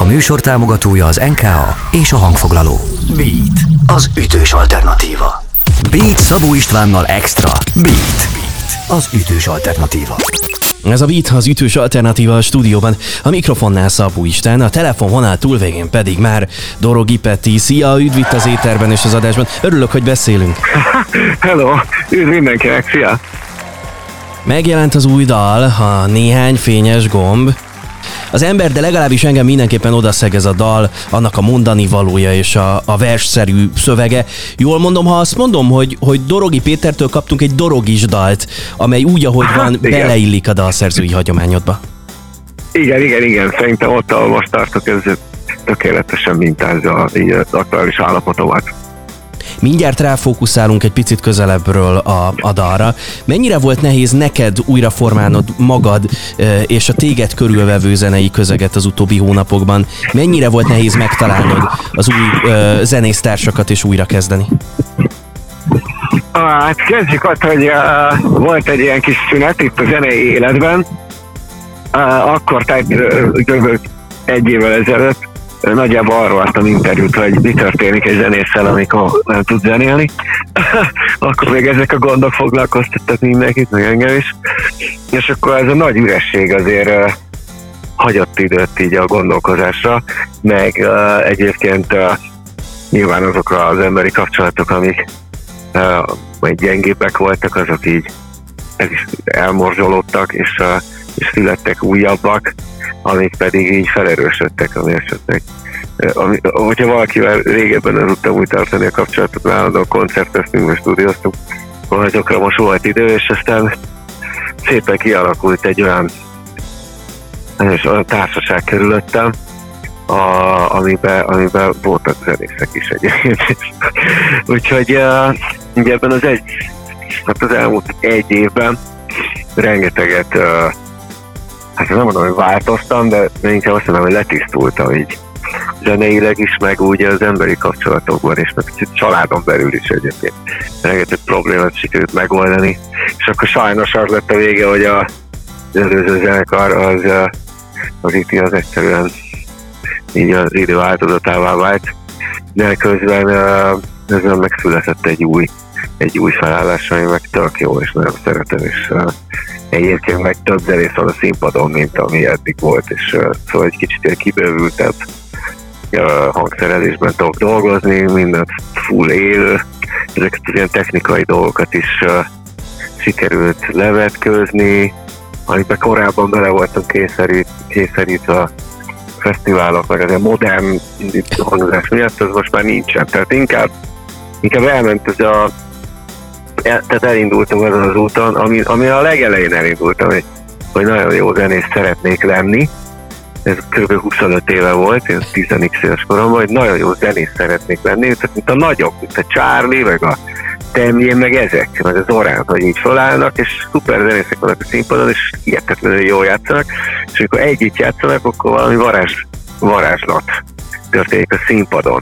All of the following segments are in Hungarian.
műsor támogatója az NKA és a hangfoglaló. Beat, az ütős alternatíva. Beat Szabó Istvánnal extra. Beat, az ütős alternatíva. Ez a Beat, az ütős alternatíva a stúdióban. A mikrofonnál Szabó István, a telefonvonal túlvégén pedig már Dorogi Peti. Szia, üdv itt az éterben és az adásban. Örülök, hogy beszélünk. Hello, üdv mindenkinek, szia! Megjelent az új dal, a Néhány fényes gomb. Az ember, de legalábbis engem mindenképpen odaszeg ez a dal, annak a mondani valója és a versszerű szövege. Jól mondom, ha azt mondom, hogy Dorogi Pétertől kaptunk egy dorogis dalt, amely úgy, ahogy van, beleillik a dalszerzői hagyományodba. Igen. Szerintem ott, ahol most tartok, ez tökéletesen mintázza az aktuális állapotomat. Mindjárt ráfókuszálunk egy picit közelebbről a dalra. Mennyire volt nehéz neked újra formálnod magad és a téged körülvevő zenei közeget az utóbbi hónapokban? Mennyire volt nehéz megtalálnod az új zenésztársakat és újra kezdeni? Hát kezdjük ott, hogy volt egy ilyen kis szünet itt a zenei életben. Akkor, tehát egy évvel ezelőtt nagyjából arról adtam interjút, hogy mi történik egy zenésszel, amikor nem tud zenélni. Akkor még ezek a gondok foglalkoztattak mindenkit, meg engem is. És akkor ez a nagy üresség azért hagyott időt így a gondolkozásra, meg egyébként nyilván azokra az emberi kapcsolatok, amik gyengébbek voltak, azok így elmorzsolódtak, és születtek újabbak, amik pedig így felerősödtek, ami esetleg. Hogyha valakivel régebben nem tudtam úgy tartani a kapcsolatot, állandóan koncerteztünk, vagy stúdióztunk, akkor azokra most volt idő, és aztán szépen kialakult egy olyan társaság körülöttem, amiben voltak zenészek is egyébként. Úgyhogy ugye ebben az elmúlt egy évben rengeteget, hát nem mondom, hogy változtam, de inkább azt mondom, hogy letisztultam így zeneileg is, meg úgy az emberi kapcsolatokban, és meg családon belül is egyébként. Rengeteg problémát sikerült megoldani, és akkor sajnos az lett a vége, hogy az előző zenekar az itt az egyszerűen így az idő áltozatává vált, de közben megszületett egy új felállás, ami meg tök jó, és nagyon szeretem, és egyébként meg több zenész van a színpadon, mint ami eddig volt, és szóval egy kicsit ilyen kibővültebb hangszerelésben tudok dolgozni, mindent full élő, ezeket az ilyen technikai dolgokat is sikerült levetkőzni, amikben korábban bele voltam kényszerítve a fesztiválok, meg az a modern hangzás miatt, az most már nincsen, tehát inkább elment tehát elindultam azon az úton, ami a legelején elindultam, hogy nagyon jó zenész szeretnék lenni. Ez kb. 25 éve volt, én 10x éves koromban, hogy nagyon jó zenész szeretnék lenni, tehát mint a nagyok, mint a Charlie, meg a Temjén, meg ezek, meg az Zorán, hogy így felállnak, és szuper zenészek vannak a színpadon, és hihetetlenül jól játszanak, és amikor együtt játszanak, akkor valami varázslat történik a színpadon.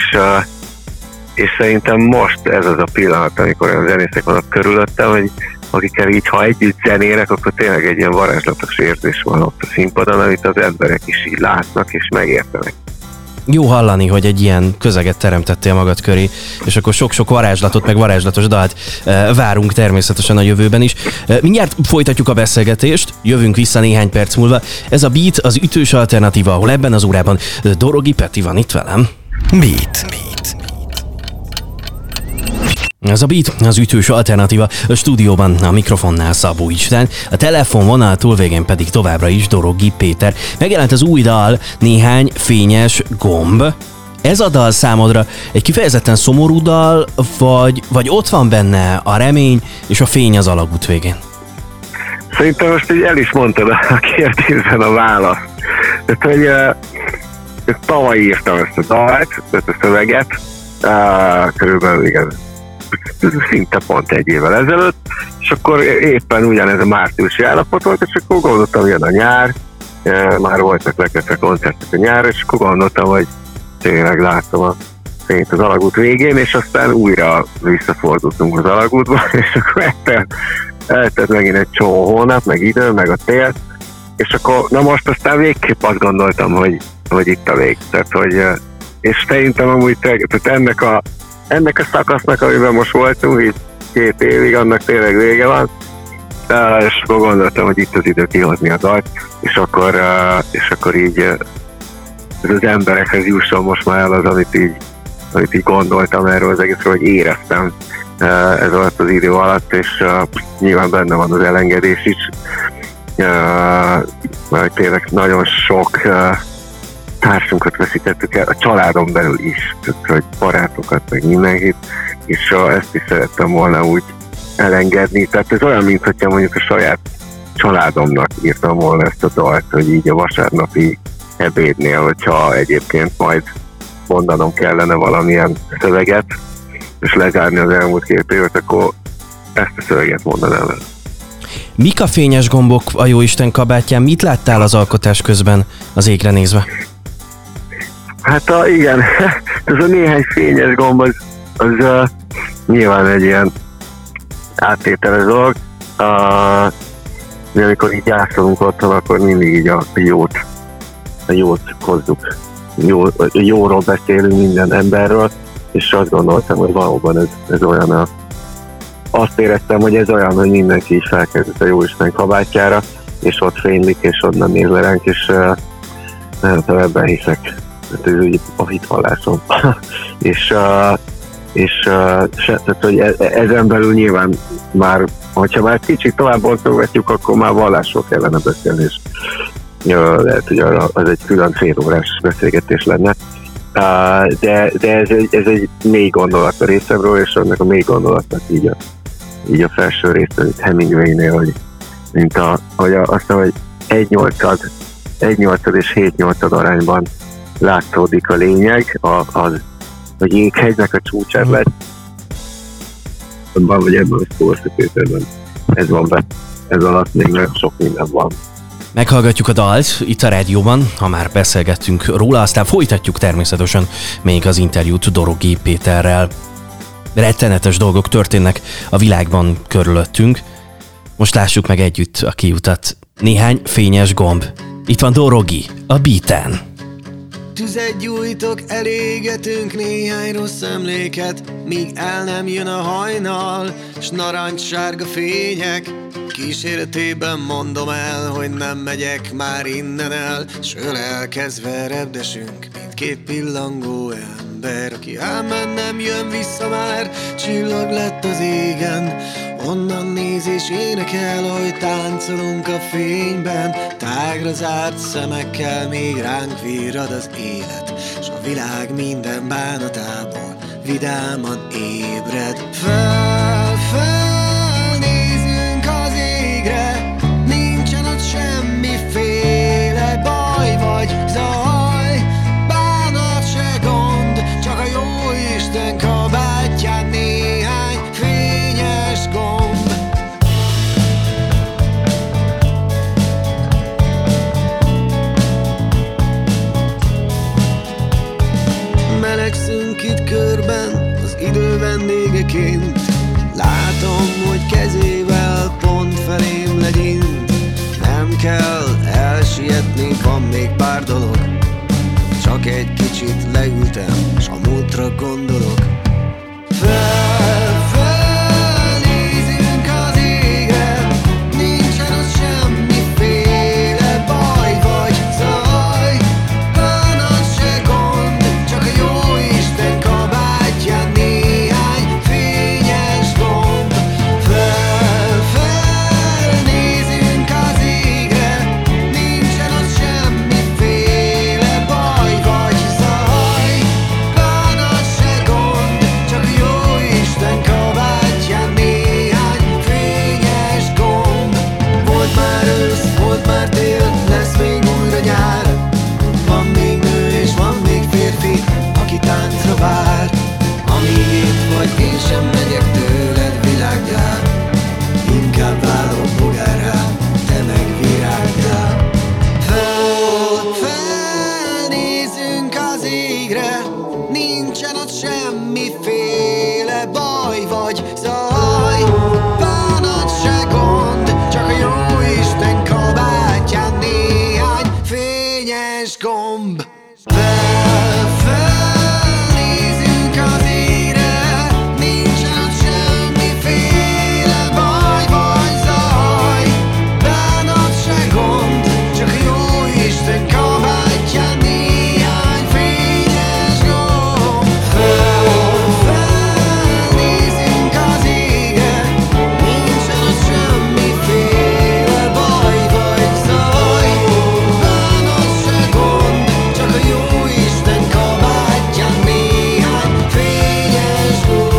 És szerintem most ez az a pillanat, amikor olyan zenészek vannak körülöttem, hogy akikkel így, ha együtt zenélek, akkor tényleg egy ilyen varázslatos érzés van ott a színpadon, amit az emberek is így látnak és megértenek. Jó hallani, hogy egy ilyen közeget teremtettél magad köré, és akkor sok-sok varázslatot, meg varázslatos dalt várunk természetesen a jövőben is. Mindjárt folytatjuk a beszélgetést, jövünk vissza néhány perc múlva. Ez a Beat, az ütős alternatíva, ahol ebben az órában Dorogi Peti van itt velem. Beat. Ez a Beat, az ütős alternatíva, a stúdióban a mikrofonnál Szabó István, a telefonvonal túlvégén pedig továbbra is Dorogi Péter. Megjelent az új dal, Néhány fényes gomb. Ez a dal számodra egy kifejezetten szomorú dal, vagy ott van benne a remény és a fény az alagút végén? Szerintem most így el is mondtad a kérdésben a választ. Tehát, hogy tavaly írtam ezt a dalt, ezt a szöveget, körülbelül igen, szinte pont egy évvel ezelőtt, és akkor éppen ugyanez a márciusi állapot volt, és akkor gondoltam, hogy jön a nyár, már voltak lekötve koncertek a nyár, és akkor gondoltam, hogy tényleg látom a fényt az alagút végén, és aztán újra visszafordultunk az alagútba, és akkor eltelt megint egy csomó hónap, meg idő, meg a tél, és akkor, na most aztán végképp azt gondoltam, hogy itt a vég. Tehát, hogy, és szerintem amúgy tehát ennek a szakasznak, amiben most voltunk, így 2 évig, annak tényleg vége van, és akkor gondoltam, hogy itt az idő kihozni a dalt, és akkor így az emberekhez jusson most már el az, amit így gondoltam erről az egészről, hogy éreztem ez alatt az idő alatt, és nyilván benne van az elengedés is, mert tényleg nagyon sok társunkat veszítettük el, a családon belül is, tehát, hogy barátokat, meg mindenkit, és ezt is szerettem volna úgy elengedni. Tehát ez olyan, mint hogyha mondjuk a saját családomnak írtam volna ezt a dalt, hogy így a vasárnapi ebédnél, hogyha egyébként majd mondanom kellene valamilyen szöveget, és lezárni az elmúlt 2 évet, akkor ezt a szöveget mondanám el. Mik a fényes gombok a Jóisten kabátján? Mit láttál az alkotás közben az égre nézve? Hát igen, ez a néhány fényes gomb az nyilván egy ilyen áttételes dolog. Amikor így gyászolunk otthon, akkor mindig így a jót hozzuk. Jóról beszélünk minden emberről, és azt gondoltam, hogy valóban ez olyan azt éreztem, hogy ez olyan, hogy mindenki is felkezdett a Jóisten kabátjára, és ott fénylik, és onnan néz le ránk, és ebben hiszek. Ez úgy a hitvallásom. Tehát, hogy ezen belül nyilván már, hogyha már kicsit tovább bontogatjuk, akkor már vallásról kellene beszélni, és lehet, hogy az egy külön félórás beszélgetés lenne. De ez egy mély gondolat a részemről, és annak a mély gondolatnak így a felső részben, itt Hemingwaynél, hogy azt mondom, hogy 1/8 és 7/8 arányban látszódik a lényeg, a jéghegynek a csúcsát lett. Vagy ebben a szószökétőben ez van be. Ez alatt még nagyon sok minden van. Meghallgatjuk a dalt itt a rádióban, ha már beszélgettünk róla, aztán folytatjuk természetesen még az interjút Dorogi Péterrel. Rettenetes dolgok történnek a világban körülöttünk. Most lássuk meg együtt a kiutat. Néhány fényes gomb. Itt van Dorogi, a Beaten. Tüzet gyújtok, elégetünk néhány rossz emléket, míg el nem jön a hajnal, s narancssárga fények kíséretében mondom el, hogy nem megyek már innen el, s ölelkezve repdesünk, mint 2 pillangó ember, aki elmen, nem jön vissza már, csillag lett az égen, onnan néz és énekel, ahogy táncolunk a fényben, tágra zárt szemekkel még ránk virrad az élet, s a világ minden bánatából vidáman ébred. Fel, nézzünk az égre, nincsen ott semmiféle baj vagy zaj, bánat se gond, csak a Jóisten kabátján néhány fényes gomb. Melegszünk itt körben, az idő vendégeként, látom, hogy kezével pont felém legyint. Nem kell elsietni, van még pár dolog, csak egy kicsit leültem, s a múltra gondolok. Felnézünk az égre, nincsen ott semmiféle baj vagy zaj, bánat se gond, csak a Jóisten kabátján néhány fényes gomb. Felnézünk az égre, nincsen ott semmiféle baj vagy zaj, bánat se gond, csak a Jóisten kabátján néhány fényes gomb. Volt már ősz, volt már tél, lesz még újra nyár, van még nő és van még férfi, aki táncra vár. Amíg itt vagy, én sem megyek tőled világgá, inkább válok bogárrá, te meg virággá. Felnézünk az égre, nincsen ott semmiféle baj vagy zaj, bánat se gond, csak a Jóisten kabátján néhány fényes gomb. Felnézünk az égre, nincsen ott semmiféle baj vagy zaj. Bánat se gond, csak a Jóisten kabátján néhány fényes gomb. Felnézünk az égre, nincsen ott semmiféle baj vagy zaj. Bánat se gond, csak a Jóisten kabátján néhány fényes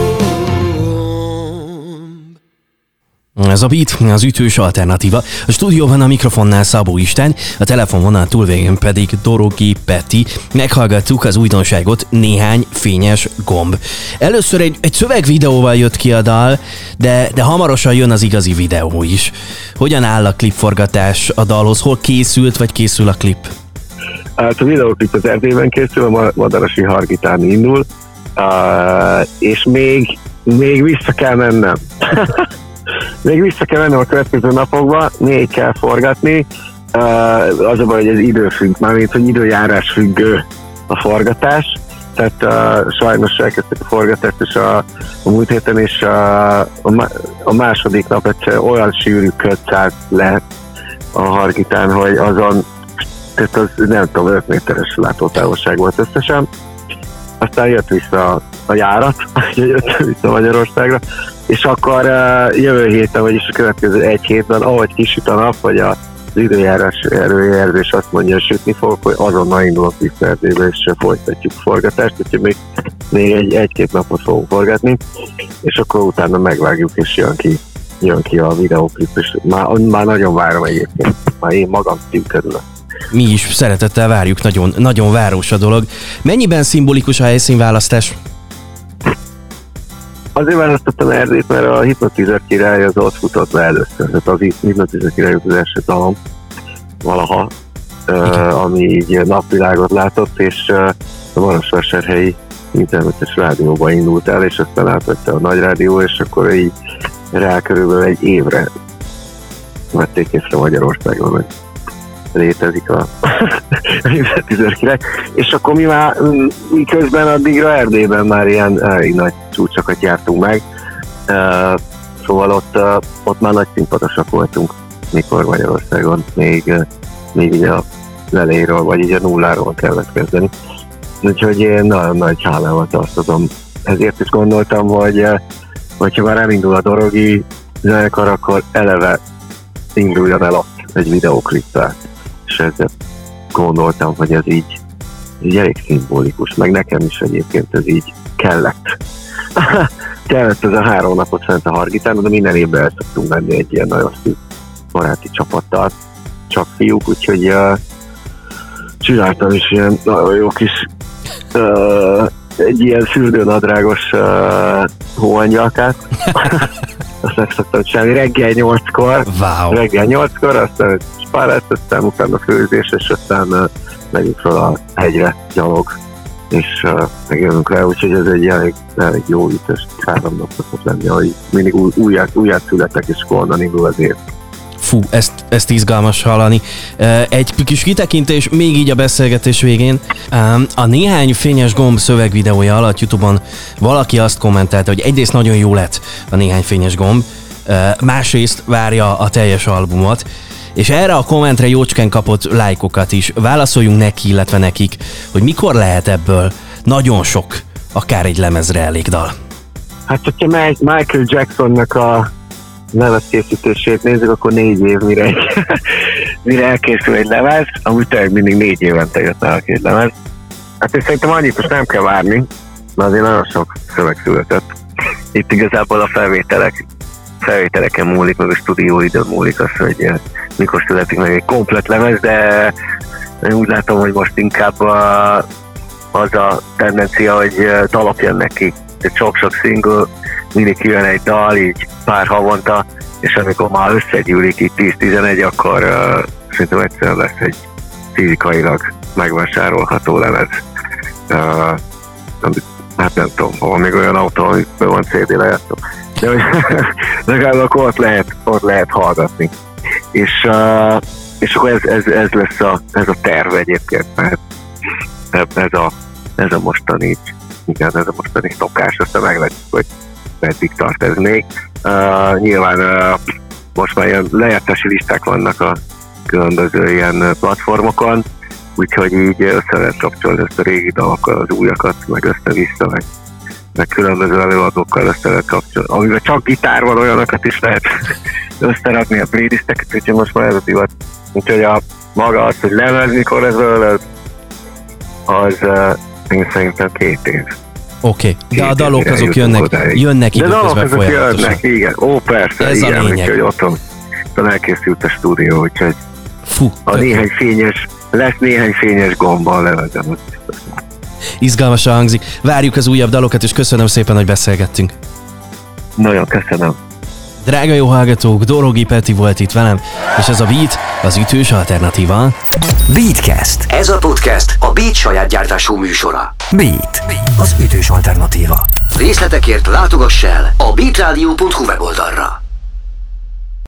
gomb. Ez a Beat, az ütős alternatíva. A stúdióban a mikrofonnál Szabó István, a telefonvonal túlvégén pedig Dorogi Peti. Meghallgattuk az újdonságot, néhány fényes gomb. Először egy szövegvideóval jött ki a dal, de hamarosan jön az igazi videó is. Hogyan áll a klipforgatás a dalhoz? Hol készült, vagy készül a klip? Hát a videóklip az Erdélyben készül, a Madarasi Hargitán indul, és még vissza kell mennem. Még vissza kell mennem a következő napokba, még kell forgatni. Az a baj, hogy ez időfügg, mármint, hogy időjárás függő a forgatás. Tehát sajnos elkezdtek a forgatást, és a múlt héten is a második nap egyszer olyan sűrű köt szállt le a Hargitán, hogy azon, tehát az nem tudom, 5 méteres látótávolság volt összesen. Aztán jött vissza a járat, jött vissza Magyarországra, és akkor jövő héten, vagyis a következő egy hétben, ahogy kisüt a nap, vagy az időjárás előjelzés azt mondja, hogy sütni fog, hogy azonnal indulok vissza Erdélybe, és folytatjuk a forgatást, úgyhogy még egy-két napot fogunk forgatni, és akkor utána megvágjuk, és jön ki a videóklip, és már nagyon várom egyébként, már én magam tűnködülök. Mi is szeretettel várjuk, nagyon, nagyon város a dolog. Mennyiben szimbolikus a helyszínválasztás? Azért választottam Erdélyt, mert a Hipnotizer király az ott futott le először. Tehát az Hipnotizer király az első dalom valaha, ami így napvilágot látott, és a Marosvásárhelyi internetes rádióba indult el, és aztán átvette a nagy rádió, és akkor így rá körülbelül egy évre vették észre Magyarországon, hogy létezik a Hipnotizer király, és akkor mi közben addigra Erdélyben már ilyen elég nagy csúcsokat jártunk meg, szóval ott már nagy színpadosak voltunk, mikor Magyarországon még így a leléről, vagy így a nulláról kellett kezdeni. Úgyhogy én nagyon nagy hálával tartozom. Ezért is gondoltam, hogy ha már elindul a Dorogi zenekar, akkor eleve induljon el ott egy videóklippel. És ezzel gondoltam, hogy ez így elég szimbolikus, meg nekem is egyébként ez így kellett. Kellett ez a 3 napot fent a Hargitán, de minden évben el szoktunk menni egy ilyen nagyon szűk baráti csapattal, csak fiúk, úgyhogy csináltam is ilyen nagyon jó kis egy ilyen fürdőnadrágos hóangyalkát. Azt meg szoktam csinálni reggel 8-kor. Wow. Reggel 8-kor, aztán spálát, aztán utána főzés, és aztán megyünk fel a hegyre gyalog, és megjönünk le, úgyhogy ez egy elég jó ütös 3 nap szokott lenni, ahogy mindig újját születek, és onnan indul az év. Fú, ezt izgalmas hallani. Egy kis kitekintés még így a beszélgetés végén. A néhány fényes gomb szövegvideója alatt YouTube-on valaki azt kommentálta, hogy egyrészt nagyon jó lett a néhány fényes gomb, másrészt várja a teljes albumot, és erre a kommentre jócskán kapott lájkokat is. Válaszoljunk neki, illetve nekik, hogy mikor lehet ebből nagyon sok, akár egy lemezre elég dal. Hát, hogyha Michael Jacksonnak a lemezkészítését nézzük, akkor 4 év, mire elkészül egy lemez, amúgy tényleg mindig 4 évente jött el a 2 lemez. Hát és szerintem annyit most nem kell várni, mert azért nagyon sok szöveg született. Itt igazából a felvételeken múlik, meg a stúdióidőn múlik az, hogy mikor születik meg egy komplett lemez, de én úgy látom, hogy most inkább az a tendencia, hogy dalok jönnek ki. Sok-sok single, mindig kijön egy dal, így pár havonta, és amikor már összegyűlik így 10-11, akkor szerintem egyszerűen lesz egy fizikailag megvásárolható lemez. Hát nem tudom, van még olyan autó, amiben van CD lejátszó. De legalább akkor ott lehet hallgatni. És És akkor ez lesz ez a terv egyébként, mert ez a mostani, igen, ez a mostani szokás, aztán meglátjuk, hogy meddig tart ez még. Nyilván most már ilyen lejátszási listák vannak a különböző ilyen platformokon, úgyhogy így össze lehet kapcsolni ezt a régi dalokkal, az újakat, meg össze-vissza, meg különböző előadókkal össze lehet kapcsolni. Amiben csak gitár van, olyanokat is lehet összerakni a playlisteket, úgyhogy most már ez a divat. Úgyhogy maga az, hogy lemez mikor ez az én szerintem 2 év. Oké, de a dalok azok jönnek időközben folyamatosan. Jönnek, igen. Ó, persze, ez igen, a lényeg. Úgyhogy otthon elkészült a stúdió, úgyhogy lesz néhány fényes gomba a levezem. Izgalmasan hangzik. Várjuk az újabb dalokat, és köszönöm szépen, hogy beszélgettünk. Nagyon köszönöm. Drága jó hallgatók, Dorogi Peti volt itt velem, és ez a Beat az ütős alternatíva. Beatcast. Ez a podcast a Beat saját gyártású műsora. Beat az ütős alternatíva. Részletekért látogass el a beatradio.hu weboldalra.